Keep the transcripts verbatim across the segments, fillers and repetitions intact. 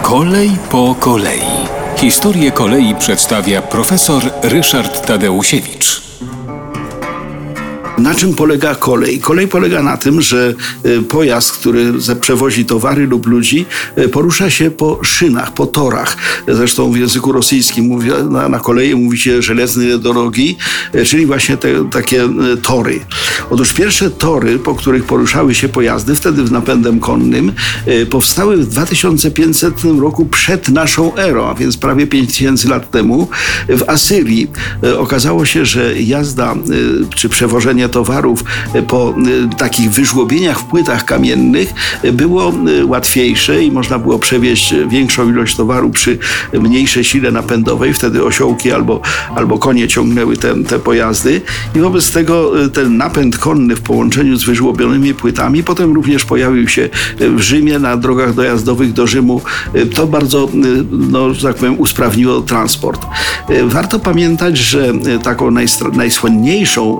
Kolej po kolei. Historię kolei przedstawia profesor Ryszard Tadeusiewicz. Na czym polega kolej? Kolej polega na tym, że pojazd, który przewozi towary lub ludzi, porusza się po szynach, po torach. Zresztą w języku rosyjskim mówi, na, na kolei mówi się żelazne drogi, czyli właśnie te takie tory. Otóż pierwsze tory, po których poruszały się pojazdy, wtedy z napędem konnym, powstały w dwa tysiące pięćsetnym roku przed naszą erą, a więc prawie pięć tysięcy lat temu w Asyrii. Okazało się, że jazda czy przewożenie towarów po takich wyżłobieniach w płytach kamiennych było łatwiejsze i można było przewieźć większą ilość towaru przy mniejszej sile napędowej. Wtedy osiołki albo, albo konie ciągnęły te, te pojazdy i wobec tego ten napęd konny w połączeniu z wyżłobionymi płytami potem również pojawił się w Rzymie, na drogach dojazdowych do Rzymu. To bardzo, no, że tak powiem, usprawniło transport. Warto pamiętać, że taką najsłynniejszą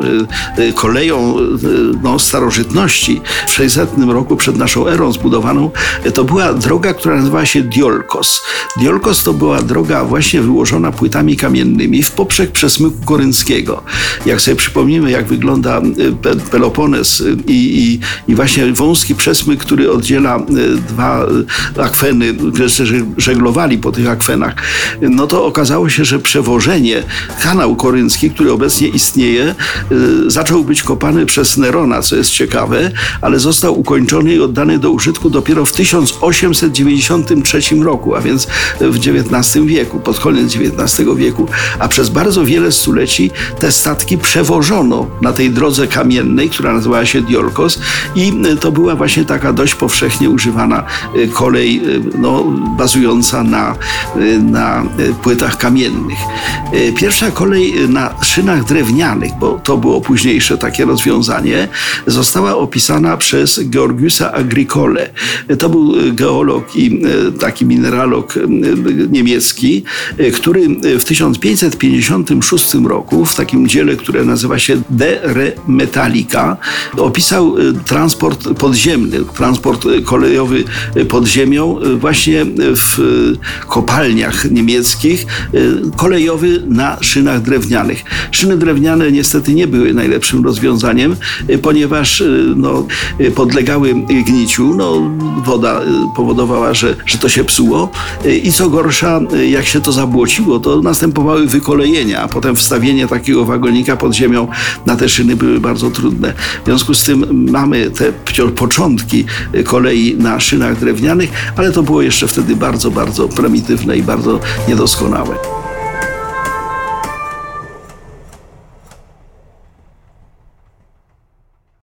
koleją no, starożytności w sześćsetnym roku przed naszą erą zbudowaną, to była droga, która nazywała się Diolkos. Diolkos to była droga właśnie wyłożona płytami kamiennymi w poprzek przesmyku korynckiego. Jak sobie przypomnimy, jak wygląda Pelopones i, i, i właśnie wąski przesmyk, który oddziela dwa akweny, że żeglowali po tych akwenach, no to okazało się, że przewożenie, kanał koryncki, który obecnie istnieje, zaczął być kopany przez Nerona, co jest ciekawe, ale został ukończony i oddany do użytku dopiero w tysiąc osiemset dziewięćdziesiątym trzecim roku, a więc w dziewiętnastym wieku, pod koniec dziewiętnastego wieku, a przez bardzo wiele stuleci te statki przewożono na tej drodze kamiennej, która nazywała się Diolkos, i to była właśnie taka dość powszechnie używana kolej, no, bazująca na, na płytach kamiennych. Pierwsza kolej na szynach drewnianych, bo to było późniejsze takie rozwiązanie, została opisana przez Georgiusa Agricole. To był geolog i taki mineralog niemiecki, który w tysiąc pięćset pięćdziesiątym szóstym roku w takim dziele, które nazywa się De Re Metallica, opisał transport podziemny, transport kolejowy pod ziemią, właśnie w kopalniach niemieckich, kolejowy na szynach drewnianych. Szyny drewniane niestety nie były najlepszym rozwiązaniem, ponieważ no, podlegały gniciu. No, woda powodowała, że, że to się psuło i co gorsza, jak się to zabłociło, to następowały wykolejenia, a potem wstawienie takiego wagonika pod ziemią na te szyny były bardzo trudne. W związku z tym mamy te początki kolei na szynach drewnianych, ale to było jeszcze wtedy bardzo, bardzo prymitywne i bardzo niedoskonałe.